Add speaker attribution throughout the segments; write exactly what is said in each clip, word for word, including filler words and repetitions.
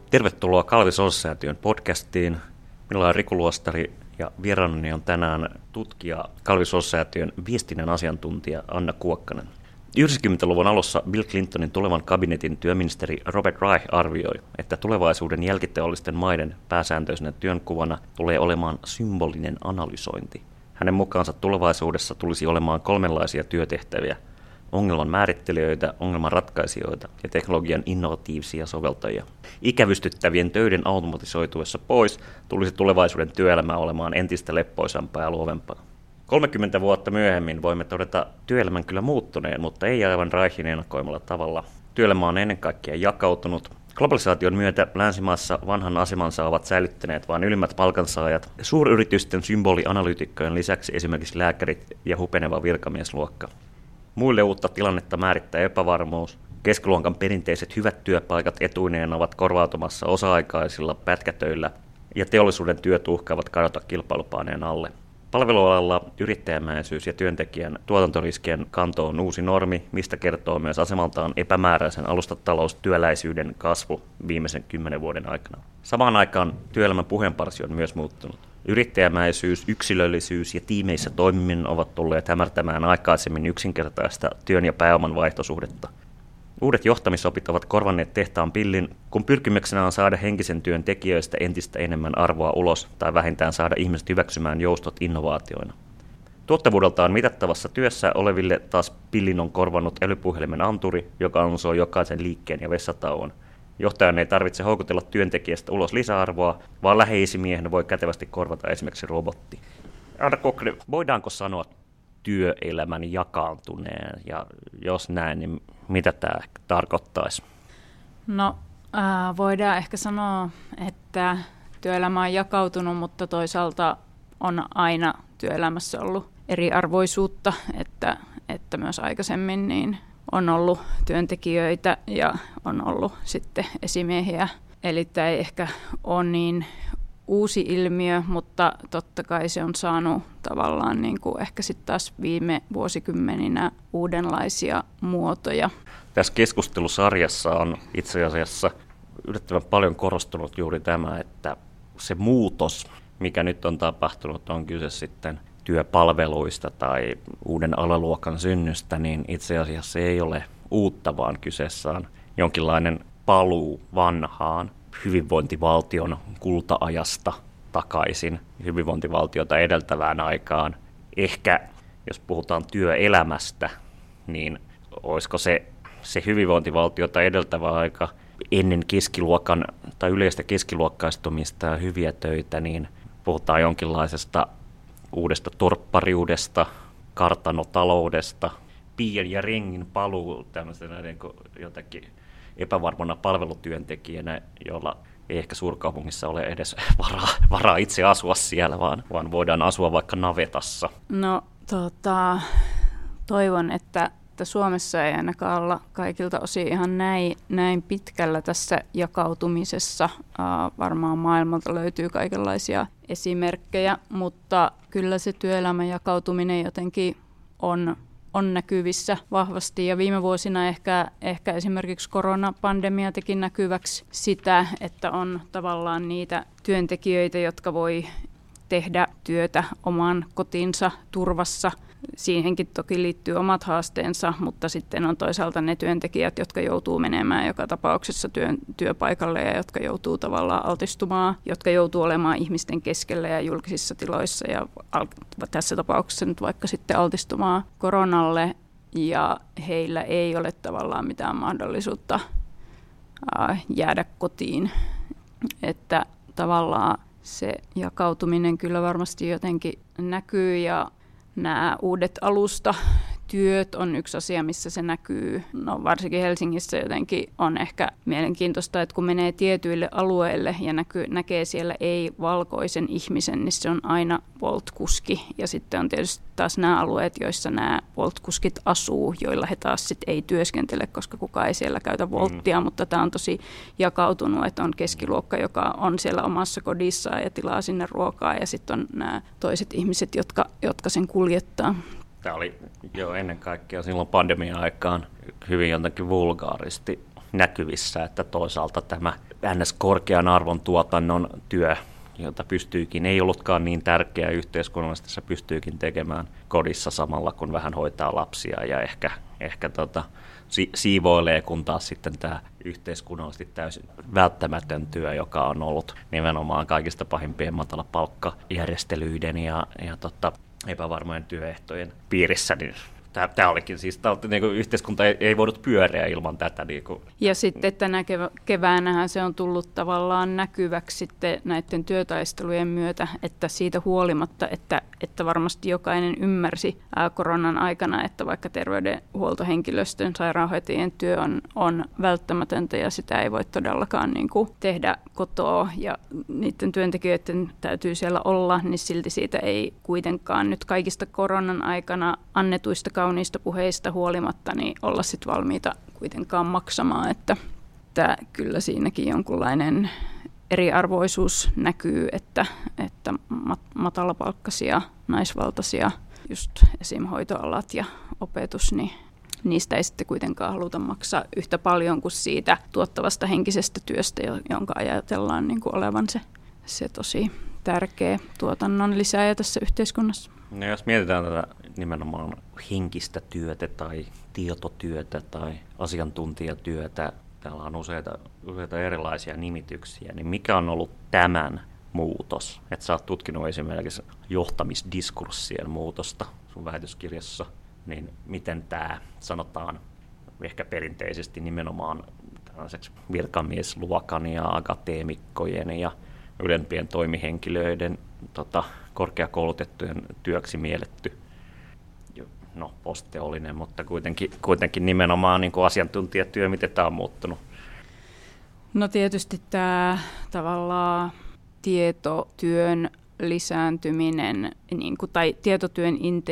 Speaker 1: Tervetuloa Kalvi-Sos-säätiön podcastiin. Minulla on Riku Luostari ja vieraanani on tänään tutkija Kalvi-Sos-säätiön viestinnän asiantuntija Anna Kuokkanen. yhdeksänkymmentäluvun alussa Bill Clintonin tulevan kabinetin työministeri Robert Reich arvioi, että tulevaisuuden jälkiteollisten maiden pääsääntöisenä työnkuvana tulee olemaan symbolinen analysointi. Hänen mukaansa tulevaisuudessa tulisi olemaan kolmenlaisia työtehtäviä: ongelman määrittelijöitä, ongelman ratkaisijoita ja teknologian innovatiivisia soveltajia. Ikävystyttävien töiden automatisoituessa pois tulisi tulevaisuuden työelämä olemaan entistä leppoisampaa ja luovempaa. kolmekymmentä vuotta myöhemmin voimme todeta työelämän kyllä muuttuneen, mutta ei aivan Reichin ennakoimalla tavalla. Työelämä on ennen kaikkea jakautunut. Globalisaation myötä länsimaassa vanhan asemansa ovat säilyttäneet vain ylimmät palkansaajat, suuryritysten symbolianalyytikkojen lisäksi esimerkiksi lääkärit ja hupeneva virkamiesluokka. Muille uutta tilannetta määrittää epävarmuus. Keskiluokan perinteiset hyvät työpaikat etuineen ovat korvautumassa osa-aikaisilla pätkätöillä ja teollisuuden työt uhkaavat kadota kilpailupaineen alle. Palvelualalla yrittäjämäisyys ja työntekijän tuotantoriskien kanto on uusi normi, mistä kertoo myös asemaltaan epämääräisen alustataloustyöläisyyden kasvu viimeisen kymmenen vuoden aikana. Samaan aikaan työelämän puheenparsi on myös muuttunut. Yrittäjämäisyys, yksilöllisyys ja tiimeissä toimiminen ovat tulleet hämärtämään aikaisemmin yksinkertaista työn ja pääoman vaihtosuhdetta. Uudet johtamisopit ovat korvanneet tehtaan pillin, kun pyrkimyksenä on saada henkisen työn tekijöistä entistä enemmän arvoa ulos tai vähintään saada ihmiset hyväksymään joustot innovaatioina. Tuottavuudeltaan mitattavassa työssä oleville taas pillin on korvannut älypuhelimen anturi, joka annonsoi jokaisen liikkeen ja vessatauon. Johtajan ei tarvitse houkutella työntekijästä ulos lisäarvoa, vaan läheisimiehen voi kätevästi korvata esimerkiksi robotti. Anna Kuokkanen, voidaanko sanoa työelämän jakaantuneen, ja jos näin, niin mitä tämä tarkoittaisi?
Speaker 2: No äh, voidaan ehkä sanoa, että työelämä on jakautunut, mutta toisaalta on aina työelämässä ollut eriarvoisuutta, että, että myös aikaisemmin niin on ollut työntekijöitä ja on ollut sitten esimiehiä. Eli tämä ei ehkä ole niin uusi ilmiö, mutta totta kai se on saanut tavallaan niin kuin ehkä sitten taas viime vuosikymmeninä uudenlaisia muotoja.
Speaker 1: Tässä keskustelusarjassa on itse asiassa yllättävän paljon korostunut juuri tämä, että se muutos, mikä nyt on tapahtunut, on kyse sitten työpalveluista tai uuden alaluokan synnystä, niin itse asiassa se ei ole uutta, vaan kyseessä on jonkinlainen paluu vanhaan hyvinvointivaltion kulta-ajasta takaisin hyvinvointivaltiota edeltävään aikaan. Ehkä jos puhutaan työelämästä, niin olisiko se, se hyvinvointivaltiota edeltävä aika ennen keskiluokan tai yleistä keskiluokkaistumista ja hyviä töitä, niin puhutaan jonkinlaisesta uudesta torppariudesta, kartanotaloudesta, piian ja rengin paluu tämmöisenä niin kuin jotenkin epävarmana palvelutyöntekijänä, jolla ei ehkä suurkaupungissa ole edes varaa, varaa itse asua siellä, vaan, vaan voidaan asua vaikka navetassa.
Speaker 2: No tota, toivon, että, että Suomessa ei ainakaan olla kaikilta osin ihan näin, näin pitkällä tässä jakautumisessa. Uh, varmaan maailmalta löytyy kaikenlaisia esimerkkejä, mutta kyllä se työelämän jakautuminen jotenkin on on näkyvissä vahvasti, ja viime vuosina ehkä, ehkä esimerkiksi koronapandemia teki näkyväksi sitä, että on tavallaan niitä työntekijöitä, jotka voi tehdä työtä oman kotinsa turvassa. Siihenkin toki liittyy omat haasteensa, mutta sitten on toisaalta ne työntekijät, jotka joutuu menemään joka tapauksessa työn, työpaikalle ja jotka joutuu tavallaan altistumaan, jotka joutuu olemaan ihmisten keskellä ja julkisissa tiloissa ja al- tässä tapauksessa nyt vaikka sitten altistumaan koronalle, ja heillä ei ole tavallaan mitään mahdollisuutta äh, jäädä kotiin, että tavallaan se jakautuminen kyllä varmasti jotenkin näkyy, ja nämä uudet alustatyöt on yksi asia, missä se näkyy. No varsinkin Helsingissä jotenkin on ehkä mielenkiintoista, että kun menee tietyille alueille ja näkyy, näkee siellä ei-valkoisen ihmisen, niin se on aina Wolt-kuski. Ja sitten on tietysti taas nämä alueet, joissa nämä Wolt-kuskit asuu, joilla he taas sit ei työskentele, koska kukaan ei siellä käytä Wolttia, mm. mutta tämä on tosi jakautunut, että on keskiluokka, joka on siellä omassa kodissaan ja tilaa sinne ruokaa, ja sitten on nämä toiset ihmiset, jotka, jotka sen kuljettaa.
Speaker 1: Tämä oli jo ennen kaikkea silloin pandemian aikaan hyvin jotenkin vulgaaristi näkyvissä, että toisaalta tämä ns. Korkean arvon tuotannon työ, jota pystyykin, ei ollutkaan niin tärkeää yhteiskunnallisesti, se pystyykin tekemään kodissa samalla, kun vähän hoitaa lapsia ja ehkä, ehkä tota, si- siivoilee, kun taas sitten tämä yhteiskunnallisesti täysin välttämätön työ, joka on ollut nimenomaan kaikista pahimpien matalapalkkajärjestelyiden ja, ja tota, epävarmojen työehtojen piirissä, niin Tämä olikin siis, tämä oli, niin kuin, yhteiskunta ei, ei voinut pyöreä ilman tätä. Niin kuin.
Speaker 2: Ja sitten tänä keväänähän se on tullut tavallaan näkyväksi sitten näiden työtaistelujen myötä, että siitä huolimatta, että, että varmasti jokainen ymmärsi ää, koronan aikana, että vaikka terveydenhuoltohenkilöstön, sairaanhoitajien työ on, on välttämätöntä ja sitä ei voi todellakaan niin kuin, tehdä kotoa ja niiden työntekijöiden täytyy siellä olla, niin silti siitä ei kuitenkaan nyt kaikista koronan aikana annetuista kauniista puheista huolimatta niin olla sit valmiita kuitenkaan maksamaan, että, että kyllä siinäkin jonkunlainen eriarvoisuus näkyy, että, että matalapalkkaisia, naisvaltaisia, just esim. Hoitoalat ja opetus, niin niistä ei sitten kuitenkaan haluta maksaa yhtä paljon kuin siitä tuottavasta henkisestä työstä, jonka ajatellaan niin kuin olevan se, se tosi tärkeä tuotannon lisääjä tässä yhteiskunnassa.
Speaker 1: No jos mietitään tätä nimenomaan henkistä työtä tai tietotyötä tai asiantuntijatyötä, täällä on useita, useita erilaisia nimityksiä, niin mikä on ollut tämän muutos? Että sä oot tutkinut esimerkiksi johtamisdiskurssien muutosta sun väitöskirjassa, niin miten tämä sanotaan ehkä perinteisesti nimenomaan tällaiseksi virkamiesluokan ja akateemikkojen ja ylempien toimihenkilöiden tota, korkeakoulutettujen työksi mielletty, no postteollinen, mutta kuitenkin, kuitenkin nimenomaan niin kuin asiantuntijatyö, miten tämä on muuttunut?
Speaker 2: No tietysti tämä tavallaan tietotyön lisääntyminen niin kuin, tai tietotyön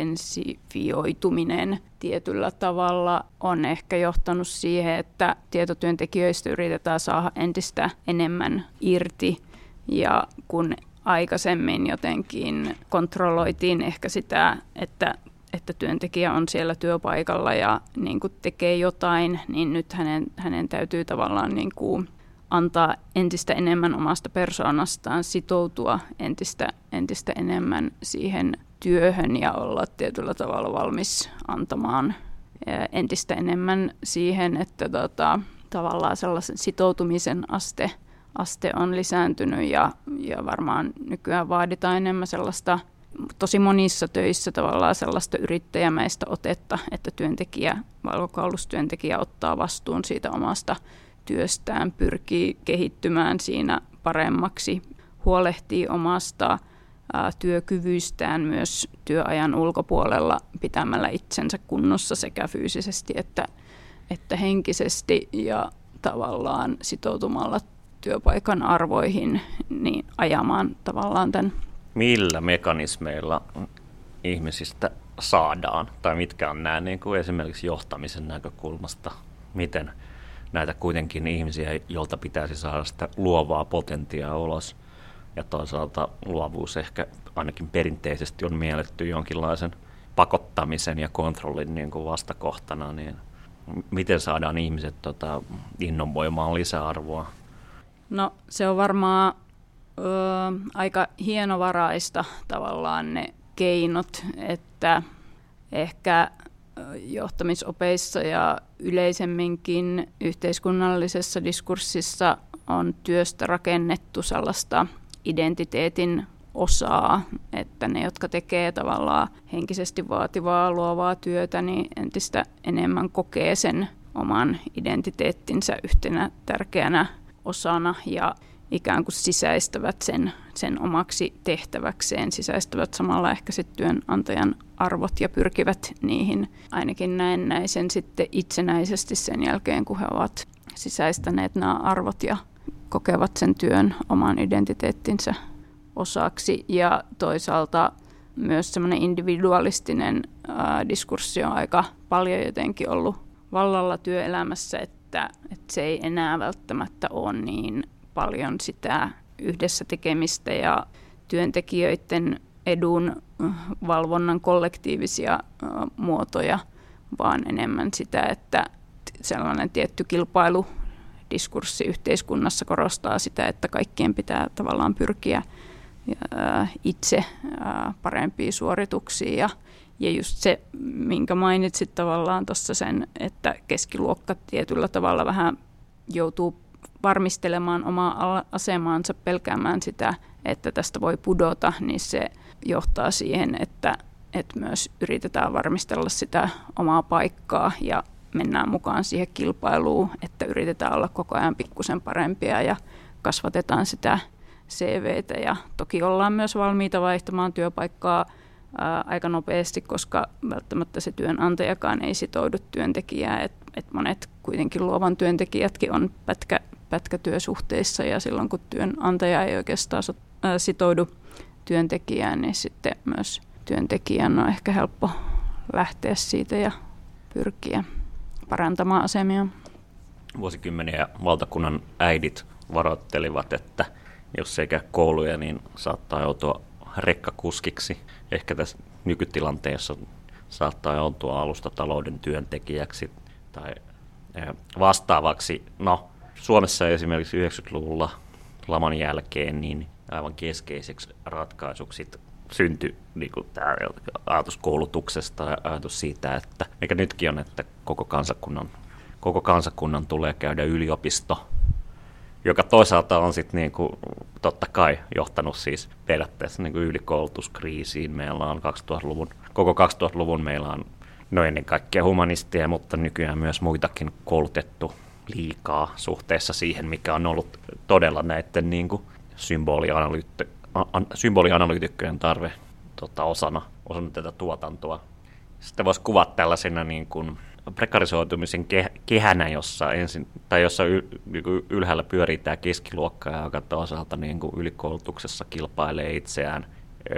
Speaker 2: intensifioituminen tietyllä tavalla on ehkä johtanut siihen, että tietotyöntekijöistä yritetään saada entistä enemmän irti ja kun aikaisemmin jotenkin kontrolloitiin ehkä sitä, että, että työntekijä on siellä työpaikalla ja niin kuin tekee jotain, niin nyt hänen, hänen täytyy tavallaan niin kuin antaa entistä enemmän omasta persoonastaan, sitoutua entistä, entistä enemmän siihen työhön ja olla tietyllä tavalla valmis antamaan entistä enemmän siihen, että tota, tavallaan sellaisen sitoutumisen aste aste on lisääntynyt ja, ja varmaan nykyään vaaditaan enemmän sellaista, tosi monissa töissä tavallaan sellaista yrittäjämäistä otetta, että työntekijä, valkokaulustyöntekijä ottaa vastuun siitä omasta työstään, pyrkii kehittymään siinä paremmaksi, huolehtii omasta ää, työkyvystään myös työajan ulkopuolella pitämällä itsensä kunnossa sekä fyysisesti että, että henkisesti ja tavallaan sitoutumalla työpaikan arvoihin, niin ajamaan tavallaan tämän.
Speaker 1: Millä mekanismeilla ihmisistä saadaan, tai mitkä on nämä niin kuin esimerkiksi johtamisen näkökulmasta, miten näitä kuitenkin ihmisiä, joilta pitäisi saada sitä luovaa potentiaa ulos, ja toisaalta luovuus ehkä ainakin perinteisesti on mielletty jonkinlaisen pakottamisen ja kontrollin niin kuin vastakohtana, niin miten saadaan ihmiset tota, innovoimaan lisäarvoa?
Speaker 2: No se on varmaan ö, aika hienovaraista tavallaan ne keinot, että ehkä johtamisopeissa ja yleisemminkin yhteiskunnallisessa diskurssissa on työstä rakennettu sellaista identiteetin osaa, että ne, jotka tekee tavallaan henkisesti vaativaa, luovaa työtä, niin entistä enemmän kokee sen oman identiteettinsä yhtenä tärkeänä osana ja ikään kuin sisäistävät sen, sen omaksi tehtäväkseen, sisäistävät samalla ehkä sitten työnantajan arvot ja pyrkivät niihin ainakin näennäisen sitten itsenäisesti sen jälkeen, kun he ovat sisäistäneet nämä arvot ja kokevat sen työn oman identiteettinsä osaksi. Ja toisaalta myös semmoinen individualistinen ää, diskurssi on aika paljon jotenkin ollut vallalla työelämässä, että, että se ei enää välttämättä ole niin paljon sitä yhdessä tekemistä ja työntekijöiden edun valvonnan kollektiivisia muotoja, vaan enemmän sitä, että sellainen tietty kilpailu diskurssi yhteiskunnassa korostaa sitä, että kaikkien pitää tavallaan pyrkiä itse parempiin suorituksiin. Ja, ja just se, minkä mainitsit tavallaan tuossa sen, että keskiluokka tietyllä tavalla vähän joutuu varmistelemaan omaa asemaansa, pelkäämään sitä, että tästä voi pudota, niin se johtaa siihen, että, että myös yritetään varmistella sitä omaa paikkaa ja mennään mukaan siihen kilpailuun, että yritetään olla koko ajan pikkusen parempia ja kasvatetaan sitä C V:tä ja toki ollaan myös valmiita vaihtamaan työpaikkaa ää, aika nopeasti, koska välttämättä se työnantajakaan ei sitoudu työntekijää, että et monet kuitenkin luovan työntekijätkin on pätkä, pätkätyösuhteissa ja silloin kun työnantaja ei oikeastaan ää, sitoudu työntekijään, niin sitten myös työntekijän on ehkä helppo lähteä siitä ja pyrkiä parantamaan asemia.
Speaker 1: Vuosikymmeniä valtakunnan äidit varoittelivat, että jos ei käy kouluja, niin saattaa joutua rekkakuskiksi. Ehkä tässä nykytilanteessa saattaa joutua alustatalouden työntekijäksi tai vastaavaksi. No, Suomessa esimerkiksi yhdeksänkymmentäluvulla laman jälkeen niin aivan keskeiseksi ratkaisuksi syntyi niin kuin tämä ajatus koulutuksesta ja ajatus siitä, että mikä nytkin on, että koko kansakunnan, koko kansakunnan tulee käydä yliopisto, joka toisaalta on sitten niinku, totta kai johtanut siis periaatteessa niinku ylikoulutuskriisiin. Meillä on kaksituhattaluvun, koko kaksituhattaluvun meillä on no ennen kaikkea humanisteja, mutta nykyään myös muitakin koulutettu liikaa suhteessa siihen, mikä on ollut todella näiden niinku symbolianalyyt- an- symbolianalyytikkojen tarve tota, osana, osana tätä tuotantoa. Sitten voisi kuvata tällaisena niin kuin prekarisoitumisen kehänä, jossa, ensin, tai jossa yl, ylhäällä pyörii tämä keskiluokka, joka toisaalta niin kuin ylikoulutuksessa kilpailee itseään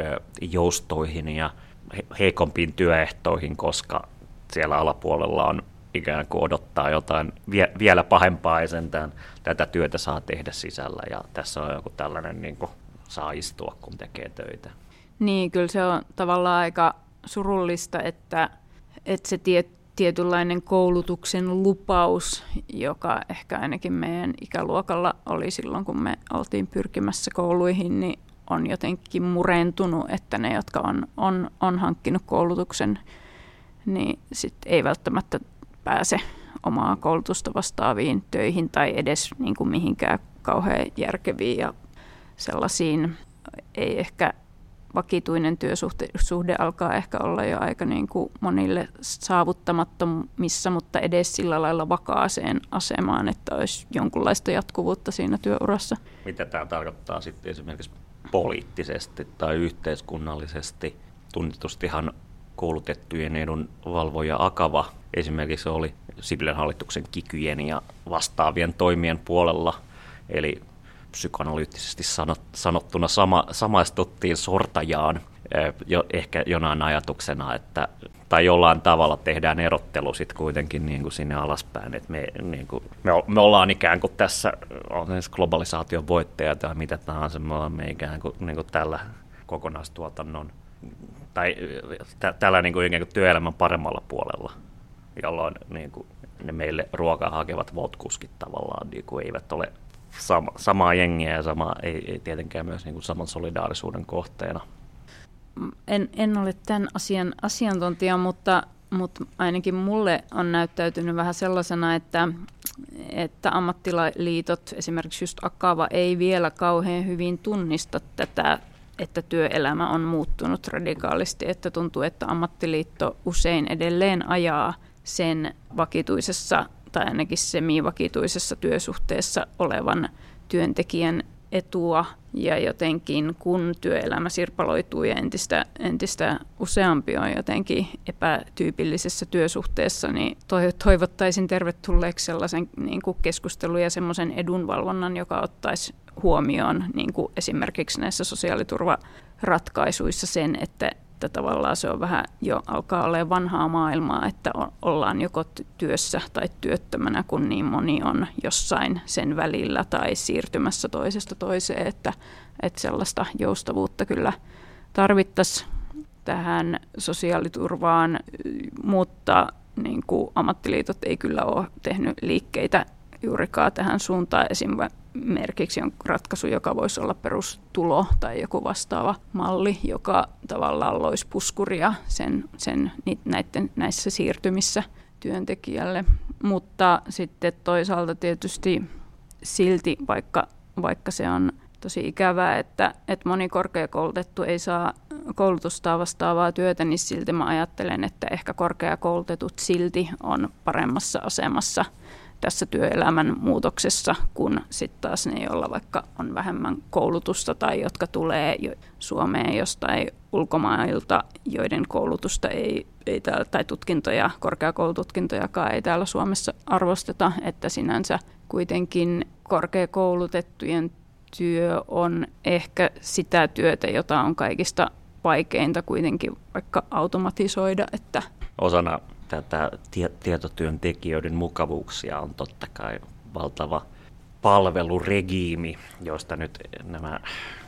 Speaker 1: joustoihin ja heikompiin työehtoihin, koska siellä alapuolella on ikään kuin odottaa jotain vie, vielä pahempaa, ja sentään tätä työtä saa tehdä sisällä, ja tässä on joku tällainen, niin kuin saa istua, kun tekee töitä.
Speaker 2: Niin, kyllä se on tavallaan aika surullista, että, että se tie, tietynlainen koulutuksen lupaus, joka ehkä ainakin meidän ikäluokalla oli silloin, kun me oltiin pyrkimässä kouluihin, niin on jotenkin murentunut, että ne, jotka on, on, on hankkinut koulutuksen, niin sit ei välttämättä pääse omaa koulutusta vastaaviin töihin tai edes niin kuin mihinkään kauhean järkeviin ja sellaisiin. Ei ehkä vakituinen työsuhde suhde alkaa ehkä olla jo aika niin kuin monille saavuttamattomissa, mutta edes sillä lailla vakaaseen asemaan, että olisi jonkunlaista jatkuvuutta siinä työurassa.
Speaker 1: Mitä tämä tarkoittaa sitten esimerkiksi poliittisesti tai yhteiskunnallisesti? Tunnitustihan koulutettujen edunvalvoja Akava esimerkiksi oli Sipilän hallituksen kikyjen ja vastaavien toimien puolella, eli psykoanalyyttisesti sanottuna sama, samaistuttiin sortajaan jo, ehkä jonain ajatuksena, että, tai jollain tavalla tehdään erottelu sitten kuitenkin niin kuin sinne alaspäin, että me, niin kuin, me, me ollaan ikään kuin tässä, on siis globalisaation voittaja tai mitä tahansa, me ollaan me ikään kuin, niin kuin tällä kokonaistuotannon tai tä, tällä niin kuin ikään kuin työelämän paremmalla puolella, jolloin niin kuin ne meille ruokaa hakevat voltkuskit tavallaan niin kuin eivät ole sama, samaa jengiä ja sama, ei, ei tietenkään myös niin kuin saman solidaarisuuden kohteena.
Speaker 2: En, en ole tämän asian asiantuntija, mutta, mutta ainakin mulle on näyttäytynyt vähän sellaisena, että, että ammattiliitot, esimerkiksi just Akava, ei vielä kauhean hyvin tunnista tätä, että työelämä on muuttunut radikaalisti, että tuntuu, että ammattiliitto usein edelleen ajaa sen vakituisessa tai ainakin semivakituisessa työsuhteessa olevan työntekijän etua, ja jotenkin kun työelämä sirpaloituu ja entistä, entistä useampi on jotenkin epätyypillisessä työsuhteessa, niin toivottaisin tervetulleeksi sellaisen niin kuin keskustelun ja semmoisen edunvalvonnan, joka ottaisi huomioon niin kuin esimerkiksi näissä sosiaaliturvaratkaisuissa sen, että että tavallaan se on vähän jo alkaa olla vanhaa maailmaa, että ollaan joko työssä tai työttömänä, kun niin moni on jossain sen välillä tai siirtymässä toisesta toiseen, että, että sellaista joustavuutta kyllä tarvittaisiin tähän sosiaaliturvaan, mutta niin kuin ammattiliitot ei kyllä ole tehnyt liikkeitä juurikaan tähän suuntaan. Esimerkiksi on ratkaisu, joka voisi olla perustulo tai joku vastaava malli, joka tavallaan loisi puskuria sen, sen, näiden, näissä siirtymissä työntekijälle. Mutta sitten toisaalta tietysti silti, vaikka, vaikka se on tosi ikävää, että, että moni korkeakoulutettu ei saa koulutusta vastaavaa työtä, niin silti mä ajattelen, että ehkä korkeakoulutetut silti on paremmassa asemassa tässä työelämän muutoksessa kuin sitten taas ne, joilla vaikka on vähemmän koulutusta tai jotka tulee Suomeen jostain ulkomailta, joiden koulutusta ei, ei täällä, tai tutkintoja, korkeakoulututkintojakaan ei täällä Suomessa arvosteta, että sinänsä kuitenkin korkeakoulutettujen työ on ehkä sitä työtä, jota on kaikista vaikeinta kuitenkin vaikka automatisoida. Että
Speaker 1: osana tätä tietotyöntekijöiden mukavuuksia on totta kai valtava palveluregiimi, josta nyt nämä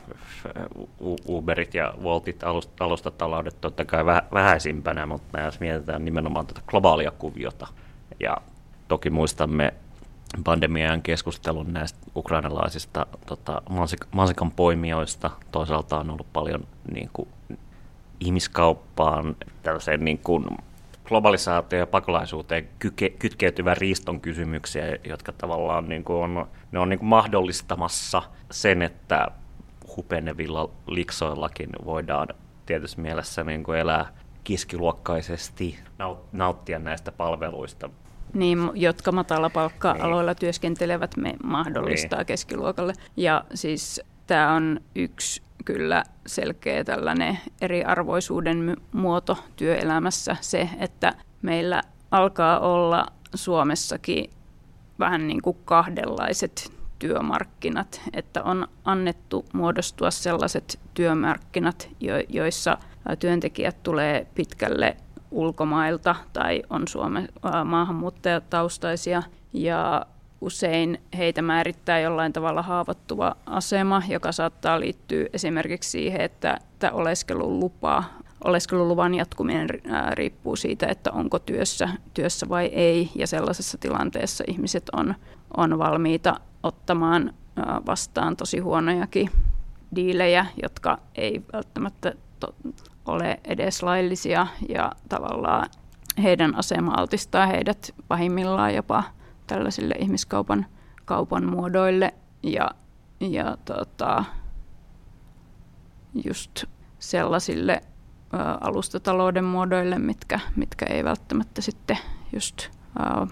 Speaker 1: Uberit ja Woltit alustataloudet totta kai vähäisimpänä, mutta jos mietitään nimenomaan tätä globaalia kuviota ja toki muistamme pandemian keskustelun näistä ukrainalaisista tota, mansik- mansikan poimijoista. Toisaalta on ollut paljon niin kuin, ihmiskauppaan, tällaiseen niin kuin, globalisaatioon ja pakolaisuuteen kyke- kytkeytyvän riiston kysymyksiä, jotka tavallaan niin kuin on, ne on niin kuin mahdollistamassa sen, että hupenevilla liksoillakin voidaan tietysti mielessä niin kuin elää keskiluokkaisesti, nauttia näistä palveluista.
Speaker 2: Niin, jotka matalapalkka-aloilla niin työskentelevät, me mahdollistaa niin keskiluokalle. Ja siis tämä on yksi kyllä selkeä tällainen eriarvoisuuden muoto työelämässä, se, että meillä alkaa olla Suomessakin vähän niin kuin kahdenlaiset työmarkkinat, että on annettu muodostua sellaiset työmarkkinat, joissa työntekijät tulee pitkälle ulkomailta tai on Suomen maahanmuuttajataustaisia ja usein heitä määrittää jollain tavalla haavoittuva asema, joka saattaa liittyä esimerkiksi siihen, että, että oleskelulupa, oleskeluluvan jatkuminen riippuu siitä, että onko työssä, työssä vai ei, ja sellaisessa tilanteessa ihmiset on, on valmiita ottamaan vastaan tosi huonojakin diilejä, jotka ei välttämättä to- ole edes laillisia, ja tavallaan heidän asema altistaa heidät pahimmillaan jopa tällaisille ihmiskaupan kaupan muodoille ja, ja tota, just sellaisille ä, alustatalouden muodoille, mitkä, mitkä ei välttämättä sitten just ä,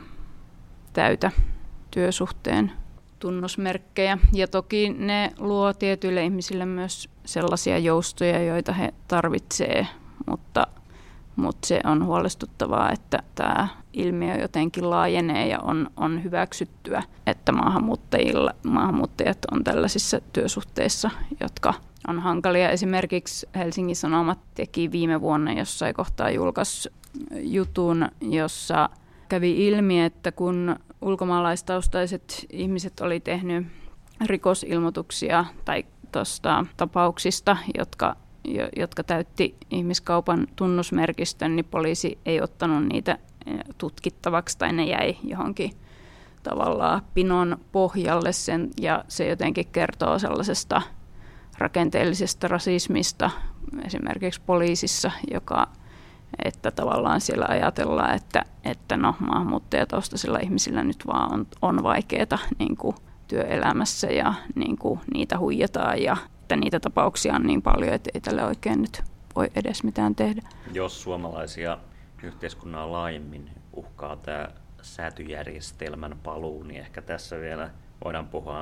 Speaker 2: täytä työsuhteen tunnusmerkkejä. Ja toki ne luo tietyille ihmisille myös sellaisia joustoja, joita he tarvitsee, mutta, mutta se on huolestuttavaa, että tämä ilmiö jotenkin laajenee ja on, on hyväksyttyä, että maahanmuuttajilla, maahanmuuttajat on tällaisissa työsuhteissa, jotka on hankalia. Esimerkiksi Helsingin Sanomat teki viime vuonna jossain kohtaa julkaisi jutun, jossa kävi ilmi, että kun ulkomaalaistaustaiset ihmiset oli tehnyt rikosilmoituksia tai tuosta tapauksista, jotka, jotka täytti ihmiskaupan tunnusmerkistön, niin poliisi ei ottanut niitä tutkittavaksi tai ne jäi johonkin tavallaan pinon pohjalle sen, ja se jotenkin kertoo sellaisesta rakenteellisesta rasismista esimerkiksi poliisissa, joka että tavallaan siellä ajatellaan, että, että no, maahanmuuttajataustaisilla ihmisillä nyt vaan on, on vaikeaa niin kuin työelämässä ja niin kuin niitä huijataan ja että niitä tapauksia on niin paljon, että ei tälle oikein nyt voi edes mitään tehdä.
Speaker 1: Jos suomalaisia yhteiskunnan laajemmin uhkaa tämä säätyjärjestelmän paluu, niin ehkä tässä vielä voidaan puhua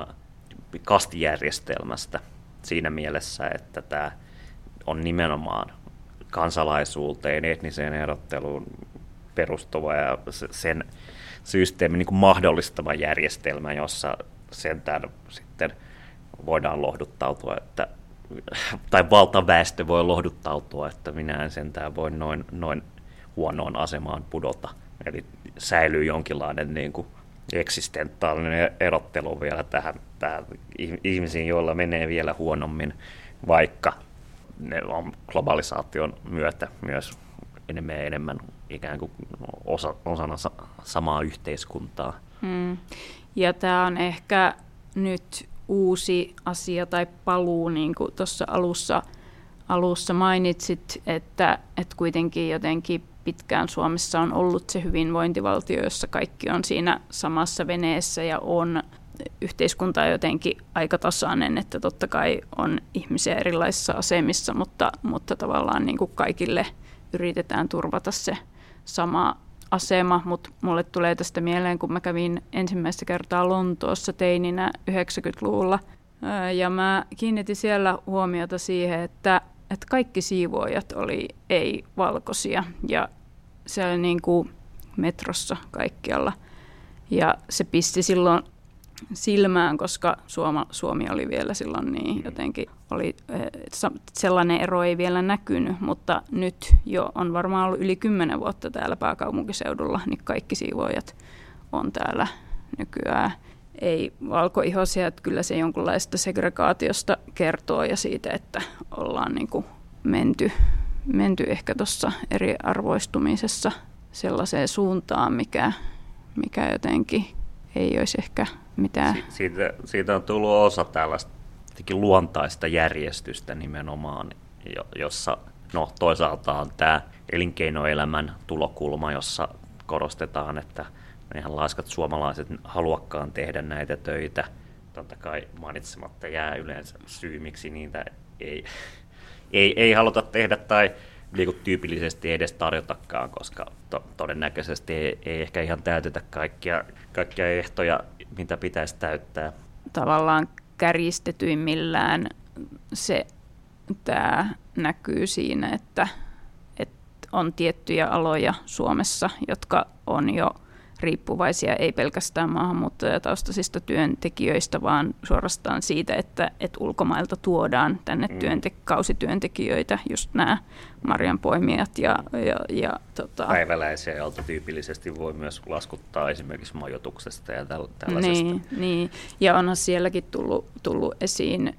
Speaker 1: kastijärjestelmästä siinä mielessä, että tämä on nimenomaan kansalaisuuteen, etniseen erotteluun perustuva ja sen systeemin niin kuin mahdollistava järjestelmä, jossa sentään sitten voidaan lohduttautua, että, tai valtaväestö voi lohduttautua, että minä en sentään voi noin, noin huonoon asemaan pudota. Eli säilyy jonkinlainen niin kuin eksistentaalinen erottelu vielä tähän, tähän ihmisiin, joilla menee vielä huonommin, vaikka ne on globalisaation myötä myös enemmän ja enemmän ikään kuin osa, osana sa, samaa yhteiskuntaa.
Speaker 2: Hmm. Ja tämä on ehkä nyt uusi asia tai paluu, niin kuin tuossa alussa, alussa mainitsit, että, että kuitenkin jotenkin pitkään Suomessa on ollut se hyvinvointivaltio, jossa kaikki on siinä samassa veneessä ja on yhteiskunta jotenkin aika tasainen, että totta kai on ihmisiä erilaisissa asemissa, mutta, mutta tavallaan niin kuin kaikille yritetään turvata se sama asema, mutta mulle tulee tästä mieleen, kun mä kävin ensimmäistä kertaa Lontoossa teininä yhdeksänkymmentäluvulla, ja mä kiinnitin siellä huomiota siihen, että, että kaikki siivoojat oli ei-valkoisia, ja se oli niin kuin metrossa kaikkialla, ja se pisti silloin silmään, koska Suoma, Suomi oli vielä silloin niin jotenkin, oli, sellainen ero ei vielä näkynyt, mutta nyt jo on varmaan ollut yli kymmenen vuotta täällä pääkaupunkiseudulla, niin kaikki siivoojat on täällä nykyään ei valkoihoisia, että kyllä se jonkunlaista segregaatiosta kertoo ja siitä, että ollaan niin kuin menty, menty ehkä tuossa eriarvoistumisessa sellaiseen suuntaan, mikä, mikä jotenkin ei olisi ehkä mitään.
Speaker 1: Si- siitä, siitä on tullut osa tällaista luontaista järjestystä nimenomaan, jossa no, toisaalta on tämä elinkeinoelämän tulokulma, jossa korostetaan, että eihän laiskat suomalaiset haluakaan tehdä näitä töitä. Totta kai mainitsematta jää yleensä syy, miksi niitä ei, ei, ei haluta tehdä tai niin tyypillisesti ei edes tarjotakaan, koska to, todennäköisesti ei, ei ehkä ihan täytetä kaikkia, kaikkia ehtoja, mitä pitäisi täyttää.
Speaker 2: Tavallaan kärjistetyimmillään se tämä näkyy siinä, että, että on tiettyjä aloja Suomessa, jotka on jo riippuvaisia ei pelkästään maahanmuuttajataustaisista työntekijöistä, vaan suorastaan siitä, että, että ulkomailta tuodaan tänne mm. työnte- kausityöntekijöitä, just nämä marjanpoimijat ja, ja, ja tota...
Speaker 1: päiväläisiä, joilta tyypillisesti voi myös laskuttaa esimerkiksi majoituksesta ja täl- tällaisesta.
Speaker 2: Niin, niin, ja onhan sielläkin tullut, tullut esiin,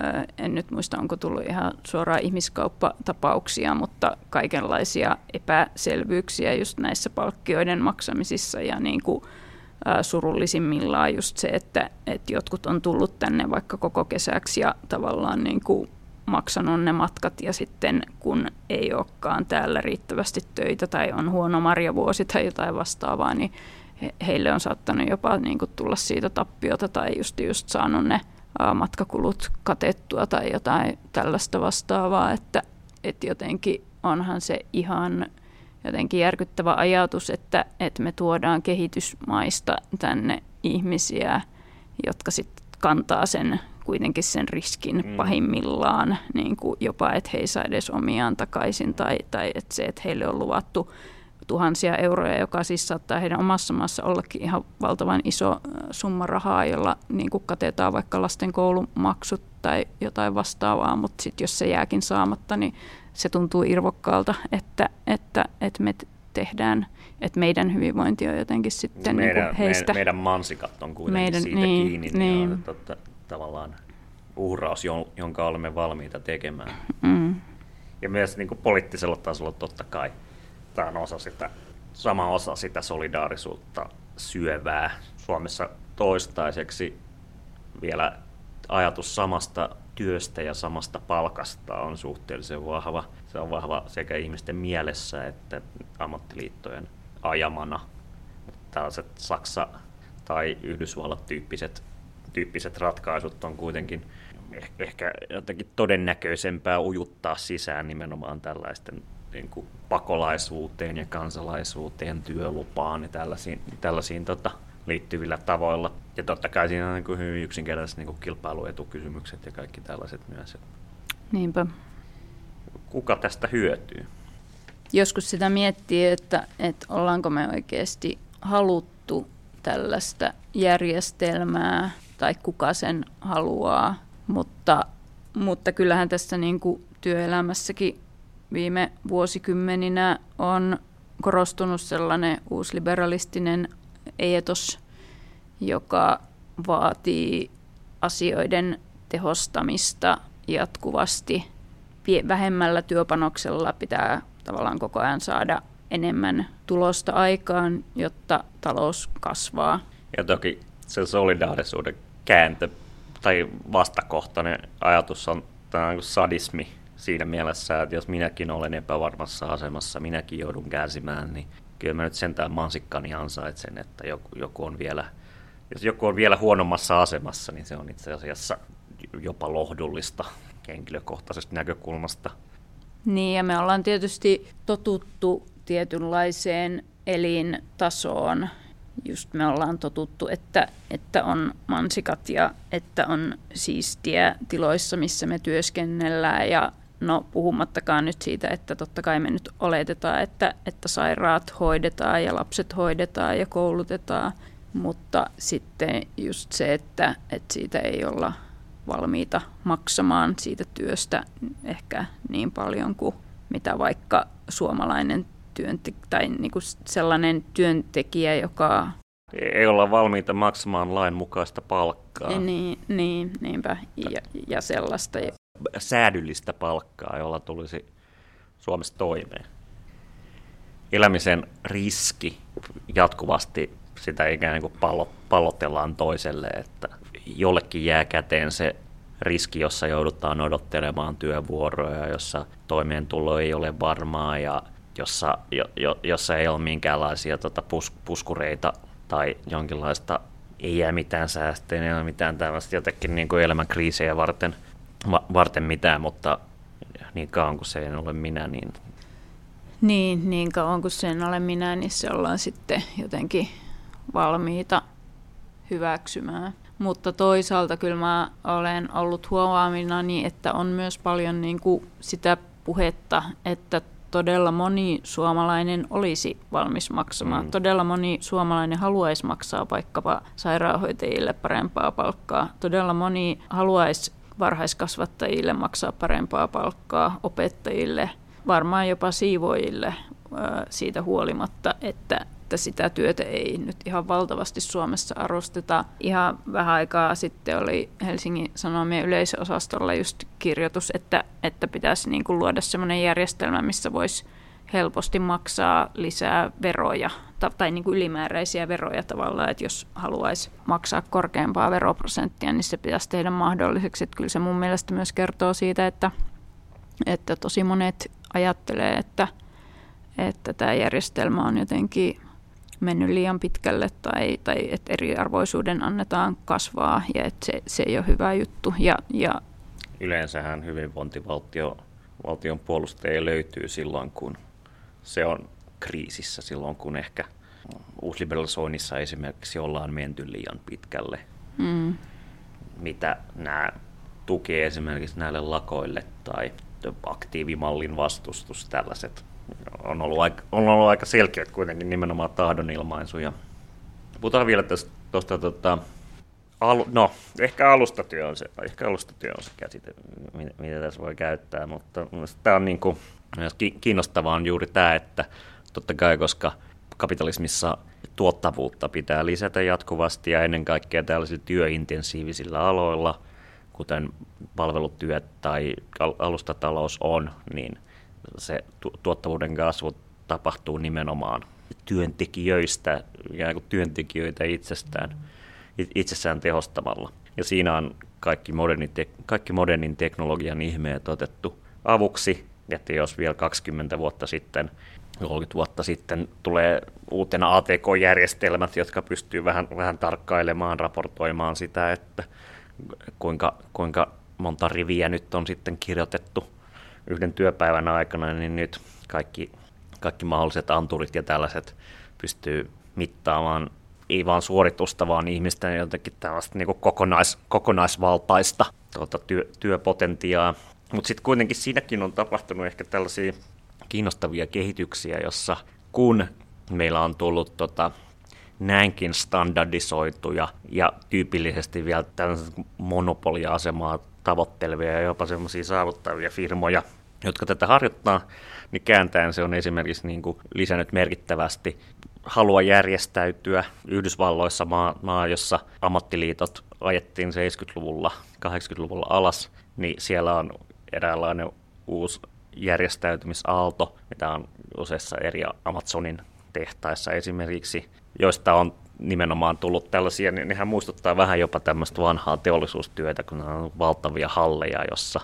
Speaker 2: en nyt muista onko tullut ihan suoraan ihmiskauppatapauksia, mutta kaikenlaisia epäselvyyksiä just näissä palkkioiden maksamisissa ja niin kuin, ä, surullisimmillaan just se, että, että jotkut on tullut tänne vaikka koko kesäksi ja tavallaan niin kuin maksanut ne matkat ja sitten kun ei olekaan täällä riittävästi töitä tai on huono marjavuosi tai jotain vastaavaa, niin he, heille on saattanut jopa niin kuin tulla siitä tappiota tai just, just saanut ne ä, matkakulut katettua tai jotain tällaista vastaavaa, että, että jotenkin onhan se ihan jotenkin järkyttävä ajatus, että, että me tuodaan kehitysmaista tänne ihmisiä, jotka sitten kantaa sen kuitenkin sen riskin mm. pahimmillaan, niin kuin jopa, että he ei saa edes omiaan takaisin, tai, tai että se, että heille on luvattu tuhansia euroja, joka siis saattaa heidän omassa maassa ollakin ihan valtavan iso summa rahaa, jolla niin kuin katetaan vaikka lasten koulumaksut tai jotain vastaavaa, mutta sitten jos se jääkin saamatta, niin se tuntuu irvokkaalta, että, että, että me tehdään, että meidän hyvinvointi on jotenkin sitten meidän, niin kuin heistä.
Speaker 1: Meidän, meidän mansikat on kuitenkin meidän, siitä niin, kiinni, niin on totta, tavallaan uhraus, jonka olemme valmiita tekemään. Mm. Ja myös niin kuin poliittisella tasolla totta kai tämä on osa sitä, sama osa sitä solidaarisuutta syövää. Suomessa toistaiseksi vielä ajatus samasta työstä ja samasta palkasta on suhteellisen vahva. Se on vahva sekä ihmisten mielessä että ammattiliittojen ajamana. Tällaiset Saksa- tai Yhdysvallat-tyyppiset tyyppiset ratkaisut on kuitenkin ehkä jotenkin todennäköisempää ujuttaa sisään nimenomaan tällaisten niin kuin pakolaisuuteen ja kansalaisuuteen, työlupaan ja tällaisiin, tällaisiin tota, liittyvillä tavoilla. Ja totta kai siinä on niin kuin hyvin yksinkertaiset niin kuin kilpailuetukysymykset ja kaikki tällaiset myös.
Speaker 2: Niinpä.
Speaker 1: Kuka tästä hyötyy?
Speaker 2: Joskus sitä miettii, että, että ollaanko me oikeasti haluttu tällaista järjestelmää tai kuka sen haluaa, mutta, mutta kyllähän tässä niin kuin työelämässäkin viime vuosikymmeninä on korostunut sellainen uusliberalistinen eetos, joka vaatii asioiden tehostamista jatkuvasti. Vähemmällä työpanoksella pitää tavallaan koko ajan saada enemmän tulosta aikaan, jotta talous kasvaa.
Speaker 1: Ja toki se solidaarisuuden kääntö tai vastakohtainen ajatus on tämä sadismi siinä mielessä, että jos minäkin olen epävarmassa asemassa, minäkin joudun kärsimään, niin kyllä mä nyt sentään mansikkani ansaitsen, että joku, joku on vielä, jos joku on vielä huonommassa asemassa, niin se on itse asiassa jopa lohdullista henkilökohtaisesta näkökulmasta.
Speaker 2: Niin, ja me ollaan tietysti totuttu tietynlaiseen elintasoon. Just me ollaan totuttu, että, että on mansikat ja että on siistiä tiloissa, missä me työskennellään. Ja no puhumattakaan nyt siitä, että totta kai me nyt oletetaan, että, että sairaat hoidetaan ja lapset hoidetaan ja koulutetaan. Mutta sitten just se, että, että siitä ei olla valmiita maksamaan siitä työstä ehkä niin paljon kuin mitä vaikka suomalainen työntekijä tai niin kuin sellainen työntekijä, joka...
Speaker 1: Ei olla valmiita maksamaan lainmukaista palkkaa.
Speaker 2: Niin, niin niinpä, ja, ja sellaista.
Speaker 1: Säädyllistä palkkaa, jolla tulisi Suomessa toimeen. Elämisen riski jatkuvasti, sitä ikään kuin pallotellaan toiselle, että jollekin jää käteen se riski, jossa joudutaan odottelemaan työvuoroja, jossa toimeentulo ei ole varmaa ja jossa, jo, jo, jossa ei ole minkäänlaisia tota, pus, puskureita tai jonkinlaista, ei jää mitään säästöjä, ei ole mitään tällaista jotenkin niin kuin elämän kriisejä varten, va, varten mitään, mutta niin kauan kuin se ei ole minä, niin...
Speaker 2: Niin, niin kauan kuin se ei ole minä, niin se ollaan sitten jotenkin valmiita hyväksymään. Mutta toisaalta kyllä mä olen ollut huomaaminani, että on myös paljon niin kuin sitä puhetta, että todella moni suomalainen olisi valmis maksamaan. Mm. Todella moni suomalainen haluaisi maksaa vaikkapa sairaanhoitajille parempaa palkkaa. Todella moni haluaisi varhaiskasvattajille maksaa parempaa palkkaa, opettajille, varmaan jopa siivoojille siitä huolimatta, että että sitä työtä ei nyt ihan valtavasti Suomessa arvosteta. Ihan vähän aikaa sitten oli Helsingin Sanomien yleisöosastolla just kirjoitus, että, että pitäisi niin kuin luoda sellainen järjestelmä, missä voisi helposti maksaa lisää veroja tai niin kuin ylimääräisiä veroja tavallaan, että jos haluaisi maksaa korkeampaa veroprosenttia, niin se pitäisi tehdä mahdolliseksi. Että kyllä se mun mielestä myös kertoo siitä, että, että tosi monet ajattelee, että, että tämä järjestelmä on jotenkin mennyt liian pitkälle tai, tai että eriarvoisuuden annetaan kasvaa ja että se, se ei ole hyvä juttu. Ja, ja
Speaker 1: Yleensähän hyvinvointivaltio valtion puolustajia löytyy silloin, kun se on kriisissä, silloin kun ehkä uusliberalisoinnissa esimerkiksi ollaan menty liian pitkälle. Mm. Mitä nämä tukee esimerkiksi näille lakoille tai aktiivimallin vastustus, tällaiset on ollut aika, on ollut aika selkeät kuitenkin nimenomaan tahdonilmaisuja. Puhutaan vielä tuosta, tota, alu, no ehkä alustatyö on se, ehkä alustatyö on se käsite, mitä tässä voi käyttää, mutta tämä on niin kuin, kiinnostavaa on juuri tämä, että totta kai koska kapitalismissa tuottavuutta pitää lisätä jatkuvasti ja ennen kaikkea tällaisilla työintensiivisillä aloilla, kuten palvelutyöt tai alustatalous on, niin se tu- tuottavuuden kasvu tapahtuu nimenomaan työntekijöistä ja työntekijöitä itsestään, itsessään tehostamalla. Ja siinä on kaikki, moderni te- kaikki modernin teknologian ihmeet otettu avuksi, että jos vielä kaksikymmentä vuotta sitten, kolmekymmentä vuotta sitten tulee uutena A T K-järjestelmät, jotka pystyy vähän, vähän tarkkailemaan, raportoimaan sitä, että kuinka, kuinka monta riviä nyt on sitten kirjoitettu yhden työpäivän aikana, niin nyt kaikki, kaikki mahdolliset anturit ja tällaiset pystyy mittaamaan ei vaan suoritusta, vaan ihmisten jotenkin tällaista niin kuin kokonais, kokonaisvaltaista tuota, työ, työpotentiaa. Mutta sitten kuitenkin siinäkin on tapahtunut ehkä tällaisia kiinnostavia kehityksiä, jossa kun meillä on tullut tota, näinkin standardisoituja ja tyypillisesti vielä tällaiset monopoliasemaa tavoittelevia ja jopa semmoisia saavuttavia firmoja, jotka tätä harjoittaa, niin kääntäen se on esimerkiksi niin kuin lisännyt merkittävästi halua järjestäytyä. Yhdysvalloissa maa, maa, jossa ammattiliitot ajettiin seitsemänkymmentäluvulla, kahdeksankymmentäluvulla alas, niin siellä on eräänlainen uusi järjestäytymisaalto, mitä on useissa eri Amazonin tehtaissa esimerkiksi, joista on nimenomaan tullut tällaisia, niin nehän muistuttaa vähän jopa tämmöistä vanhaa teollisuustyötä, kun on valtavia halleja, jossa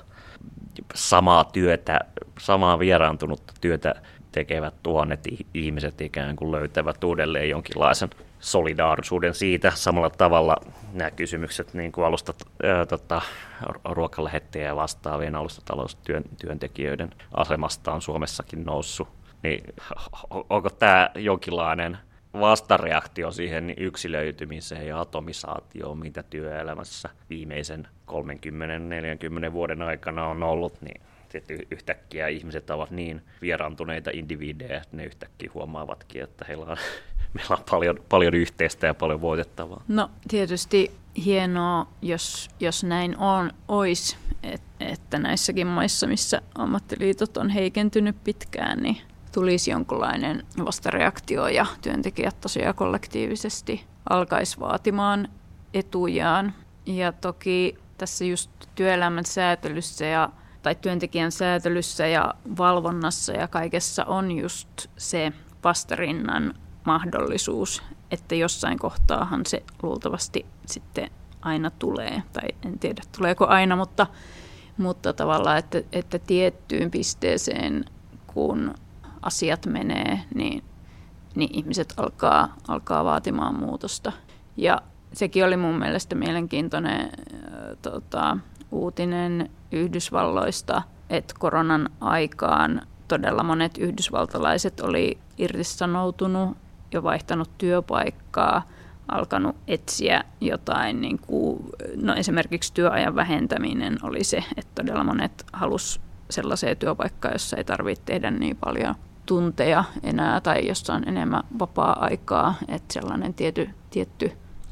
Speaker 1: samaa työtä, samaa vieraantunutta työtä tekevät tuhannet ihmiset ikään kuin löytävät uudelleen jonkinlaisen solidaarisuuden siitä. Samalla tavalla nämä kysymykset niin kuin alusta, ää, tota, ruokalähettäjien ja vastaavien alustataloustyöntekijöiden asemasta on Suomessakin noussut. Niin, onko tämä jonkinlainen vastareaktio siihen yksilöitymiseen ja atomisaatioon, mitä työelämässä viimeisen kolmekymmentä neljäkymmentä vuoden aikana on ollut, niin että yhtäkkiä ihmiset ovat niin vieraantuneita individejä, että ne yhtäkkiä huomaavatkin, että heillä on, meillä on paljon, paljon yhteistä ja paljon voitettavaa.
Speaker 2: No tietysti hienoa, jos, jos näin on, olisi, et, että näissäkin maissa, missä ammattiliitot on heikentynyt pitkään, niin tulisi jonkinlainen vastareaktio ja työntekijät tosiaan kollektiivisesti alkaisi vaatimaan etujaan. Ja toki tässä just työelämän säätelyssä ja tai työntekijän säätelyssä ja valvonnassa ja kaikessa on just se vastarinnan mahdollisuus, että jossain kohtaahan se luultavasti sitten aina tulee, tai en tiedä tuleeko aina, mutta, mutta tavallaan, että, että tiettyyn pisteeseen, kun asiat menee, niin, niin ihmiset alkaa, alkaa vaatimaan muutosta. Ja sekin oli mun mielestä mielenkiintoinen äh, tota, uutinen Yhdysvalloista, että koronan aikaan todella monet yhdysvaltalaiset oli irtisanoutunut ja vaihtanut työpaikkaa, alkanut etsiä jotain, niin kuin, no esimerkiksi työajan vähentäminen oli se, että todella monet halusi sellaiseen työpaikkaan, jossa ei tarvitse tehdä niin paljon tunteja enää tai jossa on enemmän vapaa-aikaa, että sellainen tiety, tietty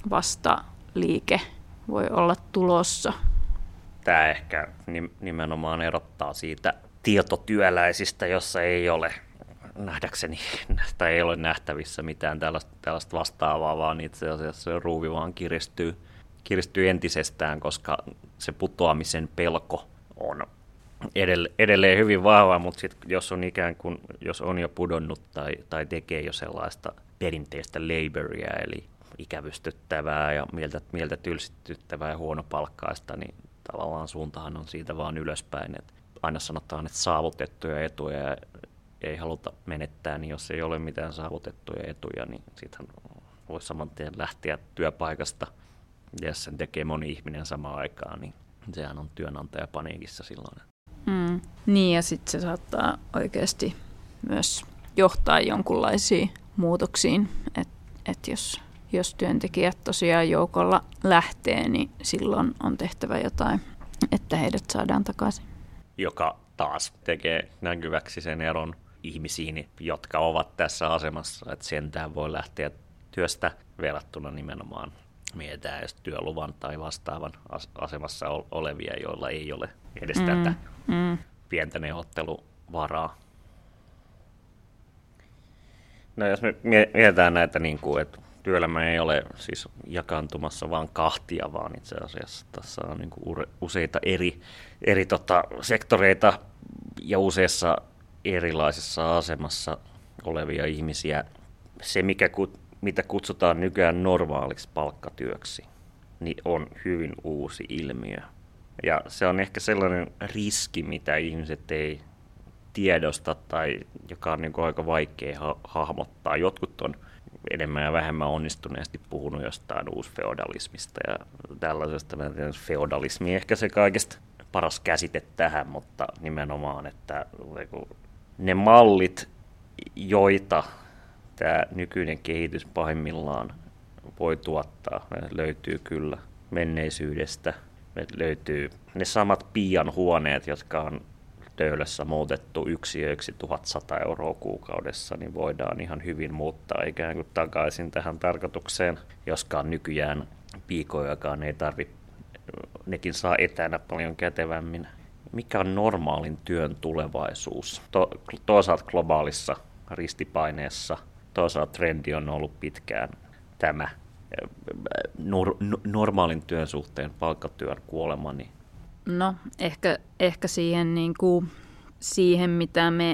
Speaker 2: vastaliike voi olla tulossa.
Speaker 1: Tämä ehkä nimenomaan erottaa siitä tietotyöläisistä, jossa ei ole nähdäkseni, tai ei ole nähtävissä mitään tällaista, tällaista vastaavaa, vaan itse asiassa se ruuvi vaan kiristyy, kiristyy entisestään, koska se putoamisen pelko on edelleen, edelleen hyvin vahva, mutta sit, jos on ikään kuin, jos on jo pudonnut tai, tai tekee jo sellaista perinteistä laboria, eli ikävystyttävää ja mieltä, mieltä tylsistyttävää ja huonopalkkaista, niin tavallaan suuntahan on siitä vaan ylöspäin. Et aina sanotaan, että saavutettuja etuja ei haluta menettää, niin jos ei ole mitään saavutettuja etuja, niin sitten voi saman tien lähteä työpaikasta. Ja jos sen tekee moni ihminen samaan aikaan, niin sehän on työnantaja paniikissa silloin.
Speaker 2: Mm. Niin, ja sitten se saattaa oikeasti myös johtaa jonkunlaisiin muutoksiin, että et jos, jos työntekijät tosiaan joukolla lähtee, niin silloin on tehtävä jotain, että heidät saadaan takaisin.
Speaker 1: Joka taas tekee näkyväksi sen eron ihmisiin, jotka ovat tässä asemassa, että sentään voi lähteä työstä verrattuna nimenomaan mietitään edes työluvan tai vastaavan asemassa olevia, joilla ei ole edes mm, tätä mm. pientä neuvotteluvaraa. No jos me mietitään näitä, niin kuin, että työelämä ei ole siis jakaantumassa vaan kahtia, vaan itse asiassa tässä on niin kuin useita eri, eri tota, sektoreita ja useissa erilaisessa asemassa olevia ihmisiä. Se, mikä, mitä kutsutaan nykyään normaaliksi palkkatyöksi, niin on hyvin uusi ilmiö. Ja se on ehkä sellainen riski, mitä ihmiset ei tiedosta tai joka on niin kuin aika vaikea ha- hahmottaa. Jotkut on enemmän ja vähemmän onnistuneesti puhunut jostain uusfeodalismista ja tällaisesta. Feodalismi ehkä se kaikista paras käsite tähän, mutta nimenomaan, että ne mallit, joita tämä nykyinen kehitys pahimmillaan voi tuottaa, löytyy kyllä menneisyydestä. Löytyy ne samat piian huoneet, jotka on Töölössä muutettu yksiöiksi tuhatsata euroa kuukaudessa, niin voidaan ihan hyvin muuttaa ikään kuin takaisin tähän tarkoitukseen, joskaan nykyään piikojakaan ei tarvitse, nekin saa etänä paljon kätevämmin. Mikä on normaalin työn tulevaisuus? To, toisaalta globaalissa ristipaineessa, toisaalta trendi on ollut pitkään tämä nor, normaalin työn suhteen palkkatyön kuolema. Niin
Speaker 2: no ehkä, ehkä siihen, niin kuin, siihen, mitä me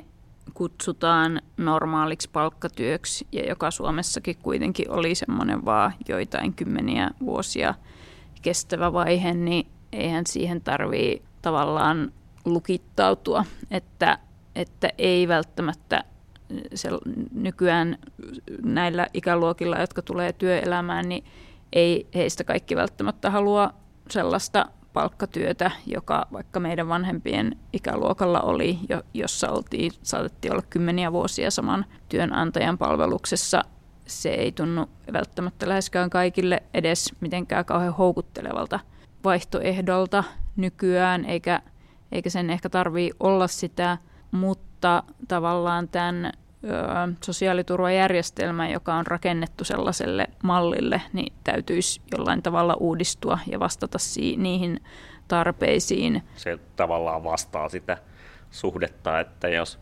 Speaker 2: kutsutaan normaaliksi palkkatyöksi ja joka Suomessakin kuitenkin oli semmoinen vaan joitain kymmeniä vuosia kestävä vaihe, niin eihän siihen tarvitse tavallaan lukittautua, että, että ei välttämättä se, nykyään näillä ikäluokilla, jotka tulee työelämään, niin ei heistä kaikki välttämättä halua sellaista palkkatyötä, joka vaikka meidän vanhempien ikäluokalla oli, jossa oltiin, saatettiin olla kymmeniä vuosia saman työnantajan palveluksessa. Se ei tunnu välttämättä läheskään kaikille edes mitenkään kauhean houkuttelevalta vaihtoehdolta nykyään, eikä, eikä sen ehkä tarvitse olla sitä, mutta tavallaan tämän ö, sosiaaliturvajärjestelmän, joka on rakennettu sellaiselle mallille, niin täytyisi jollain tavalla uudistua ja vastata si- niihin tarpeisiin.
Speaker 1: Se tavallaan vastaa sitä suhdetta, että jos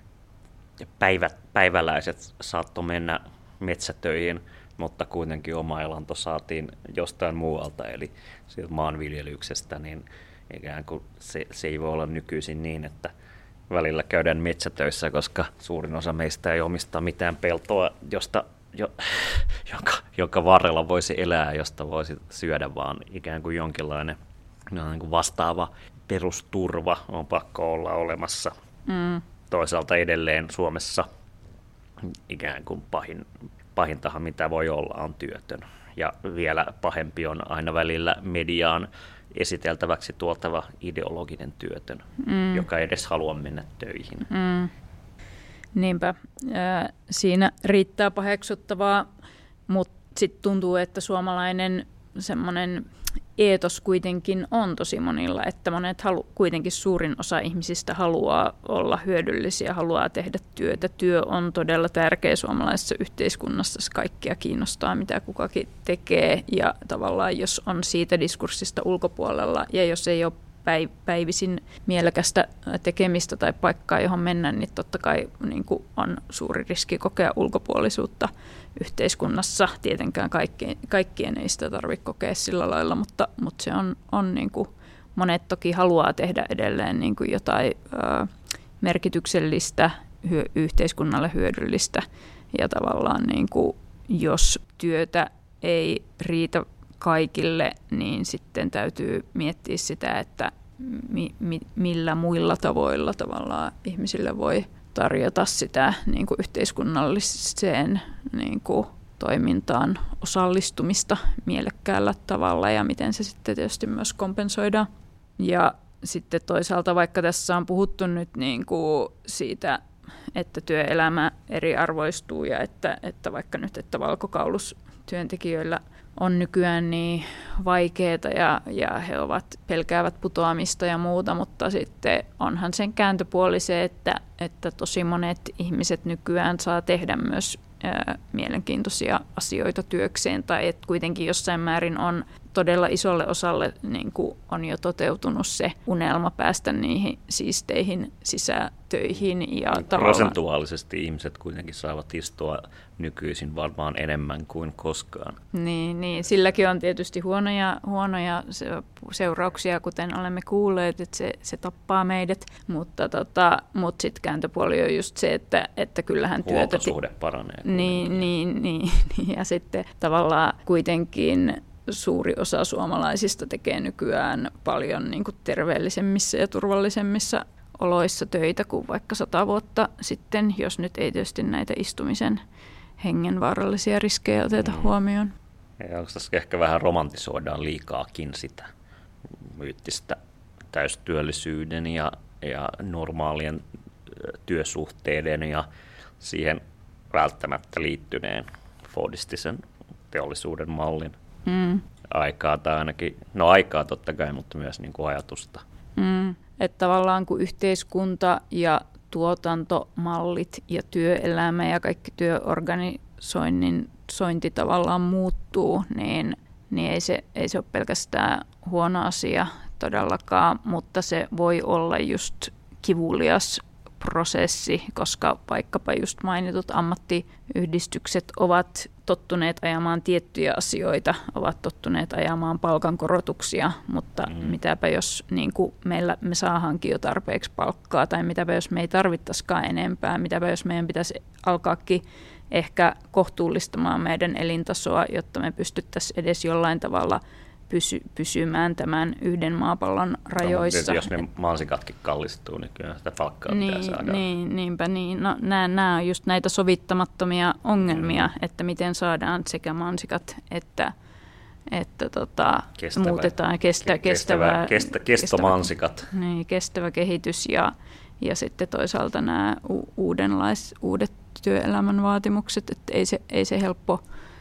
Speaker 1: päivä, päiväläiset saattoi mennä metsätöihin, mutta kuitenkin oma elanto saatiin jostain muualta, eli sieltä maanviljelyksestä, niin ikään kuin se, se ei voi olla nykyisin niin, että välillä käydään metsätöissä, koska suurin osa meistä ei omista mitään peltoa, josta, jo, jonka, jonka varrella voisi elää, josta voisi syödä, vaan ikään kuin jonkinlainen no, niin kuin vastaava perusturva on pakko olla olemassa. Mm. Toisaalta edelleen Suomessa ikään kuin pahin, pahintahan mitä voi olla on työtön. Ja vielä pahempi on aina välillä mediaan esiteltäväksi tuotava ideologinen työtön, mm. joka ei edes halua mennä töihin. Mm.
Speaker 2: Niinpä. Äh, siinä riittää paheksuttavaa, mutta sitten tuntuu, että suomalainen semmoinen eetos kuitenkin on tosi monilla, että monet halu, kuitenkin suurin osa ihmisistä haluaa olla hyödyllisiä, haluaa tehdä työtä. Työ on todella tärkeä suomalaisessa yhteiskunnassa, se kaikkia kiinnostaa, mitä kukakin tekee, ja tavallaan jos on siitä diskurssista ulkopuolella, ja jos ei ole päivisin mielekästä tekemistä tai paikkaa, johon mennä, niin totta kai niin kuin on suuri riski kokea ulkopuolisuutta yhteiskunnassa. Tietenkään kaikkien, kaikkien ei sitä tarvitse kokea sillä lailla, mutta, mutta se on, on niin kuin, monet toki haluaa tehdä edelleen niin kuin jotain ö, merkityksellistä, hyö, yhteiskunnalle hyödyllistä, ja tavallaan niin kuin, jos työtä ei riitä kaikille, niin sitten täytyy miettiä sitä, että mi, mi, millä muilla tavoilla tavallaan ihmisille voi tarjota sitä niin kuin yhteiskunnalliseen niin kuin toimintaan osallistumista mielekkäällä tavalla, ja miten se sitten tietysti myös kompensoidaan. Ja sitten toisaalta, vaikka tässä on puhuttu nyt niin kuin siitä, että työelämä eriarvoistuu ja että, että vaikka nyt, että valkokaulustyöntekijöillä on nykyään niin vaikeaa ja, ja he ovat pelkäävät putoamista ja muuta, mutta sitten onhan sen kääntöpuoli se, että, että tosi monet ihmiset nykyään saa tehdä myös ää, mielenkiintoisia asioita työkseen, tai että kuitenkin jossain määrin on todella isolle osalle niin kuin on jo toteutunut se unelma päästä niihin siisteihin sisätöihin. Ja
Speaker 1: prosentuaalisesti ihmiset kuitenkin saavat istua nykyisin varmaan enemmän kuin koskaan.
Speaker 2: Niin, niin. Silläkin on tietysti huonoja, huonoja seurauksia, kuten olemme kuulleet, että se, se tappaa meidät, mutta, tota, mutta sitten kääntöpuoli on just se, että, että kyllähän työtä...
Speaker 1: Huoltosuhde paranee.
Speaker 2: Niin, niin, niin, niin, ja sitten tavallaan kuitenkin suuri osa suomalaisista tekee nykyään paljon niin kuin terveellisemmissä ja turvallisemmissa oloissa töitä kuin vaikka sata vuotta sitten, jos nyt ei tietysti näitä istumisen hengenvaarallisia riskejä oteta mm. huomioon.
Speaker 1: Ja onko tässä ehkä vähän romantisoidaan liikaakin sitä myyttistä täystyöllisyyden ja, ja normaalien työsuhteiden ja siihen välttämättä liittyneen fordistisen teollisuuden mallin mm. aikaa tai ainakin, no aikaa totta kai, mutta myös niin kuin ajatusta.
Speaker 2: Mm. Että tavallaan kun yhteiskunta ja tuotantomallit ja työelämä ja kaikki työorganisoinnin sointi tavallaan muuttuu, niin, niin ei, se, ei se ole pelkästään huono asia todellakaan, mutta se voi olla just kivulias prosessi, koska vaikkapa just mainitut ammattiyhdistykset ovat tottuneet ajamaan tiettyjä asioita, ovat tottuneet ajamaan palkankorotuksia, mutta mm. mitäpä jos niin kuin meillä me saadaankin jo tarpeeksi palkkaa, tai mitäpä jos me ei tarvittaisikaan enempää, mitäpä jos meidän pitäisi alkaakin ehkä kohtuullistamaan meidän elintasoa, jotta me pystyttäisiin edes jollain tavalla pysy, pysymään tämän yhden maapallon rajoissa.
Speaker 1: No, jos ne mansikatkin kallistuu, niin kyllä sitä palkkaa
Speaker 2: niin,
Speaker 1: pitää saada.
Speaker 2: Niin, niinpä niin. No, nämä, nämä on just näitä sovittamattomia ongelmia, mm. että miten saadaan sekä mansikat että, että tota, kestävä, muutetaan kestä, kestävää,
Speaker 1: kestä, kestomansikat.
Speaker 2: Kestävä, niin, kestävä kehitys ja, ja sitten toisaalta nämä u- uudenlais, uudet työelämän vaatimukset, että ei se, ei se helppo,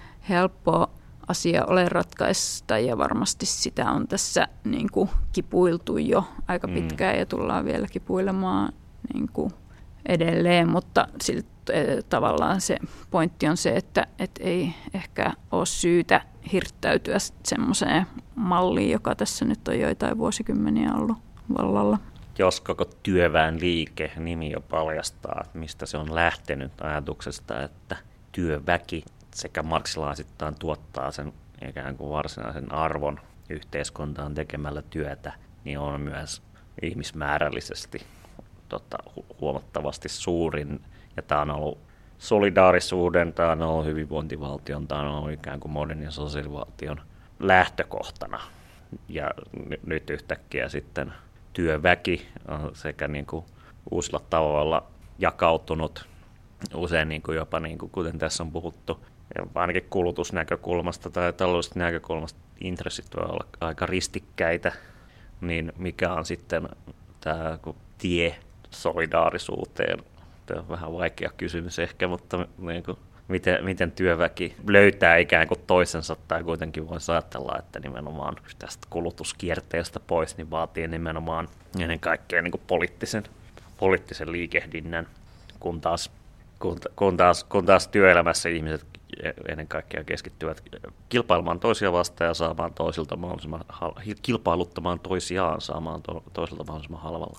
Speaker 2: helppo asia ole ratkaista ja varmasti sitä on tässä niin kuin kipuiltu jo aika pitkään mm. ja tullaan vielä kipuilemaan niin kuin edelleen, mutta siltä tavallaan se pointti on se, että et ei ehkä ole syytä hirttäytyä semmoiseen malliin, joka tässä nyt on joitain vuosikymmeniä ollut vallalla.
Speaker 1: Jos koko työväenliike nimi jo paljastaa, että mistä se on lähtenyt ajatuksesta, että työväki sekä marksilaisittain tuottaa sen ikään kuin varsinaisen arvon yhteiskuntaan tekemällä työtä, niin on myös ihmismäärällisesti tota, hu- huomattavasti suurin. Ja tämä on ollut solidaarisuuden, tämä on ollut hyvinvointivaltion, tämä on ollut ikään kuin modernin sosiaalivaltion lähtökohtana. Ja n- nyt yhtäkkiä sitten työväki on sekä niin kuin uusilla tavoilla jakautunut, usein niin kuin jopa, niin kuin, kuten tässä on puhuttu, ja ainakin kulutusnäkökulmasta tai taloudellisesta näkökulmasta intressit voi olla aika ristikkäitä, niin mikä on sitten tämä tie solidaarisuuteen? Tämä on vähän vaikea kysymys ehkä, mutta niin kuin, miten, miten työväki löytää ikään kuin toisensa, tai kuitenkin voisi ajatella, että nimenomaan tästä kulutuskierteestä pois, niin vaatii nimenomaan ennen kaikkea niin kuin poliittisen, poliittisen liikehdinnän, kun taas, kun, kun, taas, kun taas työelämässä ihmiset ennen kaikkea keskittyvät kilpailemaan toisia vastaan ja saamaan toisilta mahdollisimman, kilpailuttamaan toisiaan saamaan to, toisilta mahdollisimman halvalla.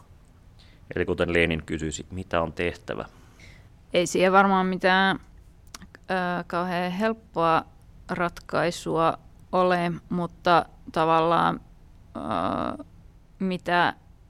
Speaker 1: Eli kuten Lenin kysyisi, mitä on tehtävä?
Speaker 2: Ei siihen varmaan mitään äh, kauhean helppoa ratkaisua ole, mutta tavallaan äh, mitä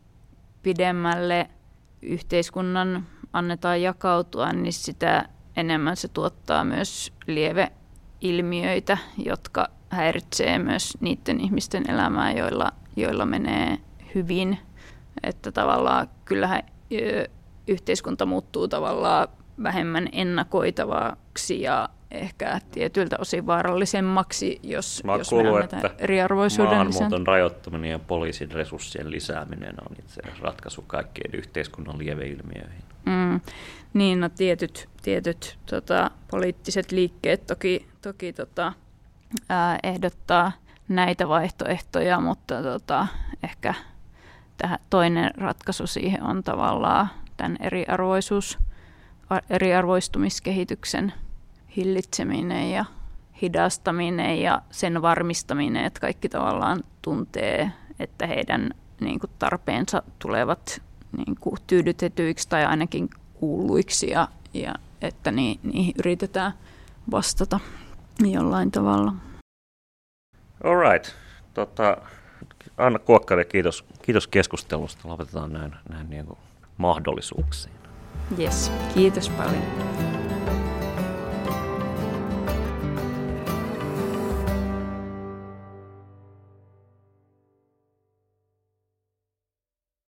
Speaker 2: pidemmälle yhteiskunnan annetaan jakautua, niin sitä enemmän se tuottaa myös lieveilmiöitä, jotka häiritsee myös niiden ihmisten elämää, joilla, joilla menee hyvin. Että tavallaan kyllähän yhteiskunta muuttuu tavallaan vähemmän ennakoitavaksi ja ehkä tietyiltä osin vaarallisemmaksi, jos, jos me annetaan eriarvoisuuden lisään.
Speaker 1: Maahanmuuton rajoittaminen ja poliisin resurssien lisääminen on itse asiassa ratkaisu kaikkien yhteiskunnan lieveilmiöihin.
Speaker 2: Mm, niin, no tietyt, tietyt tota, poliittiset liikkeet toki, toki tota, ää, ehdottaa näitä vaihtoehtoja, mutta tota, ehkä tähän toinen ratkaisu siihen on tavallaan tämän eriarvoisuus, eriarvoistumiskehityksen hillitseminen ja hidastaminen ja sen varmistaminen, että kaikki tavallaan tuntee, että heidän niin kuin, tarpeensa tulevat niin kuin, tyydytetyiksi tai ainakin kuulluiksi ja, ja että ni, niihin yritetään vastata jollain tavalla.
Speaker 1: All right. Tota, Anna Kuokkanen, kiitos, kiitos keskustelusta. Lopetetaan näin, näin niin kuin mahdollisuuksiin.
Speaker 2: Yes, kiitos paljon.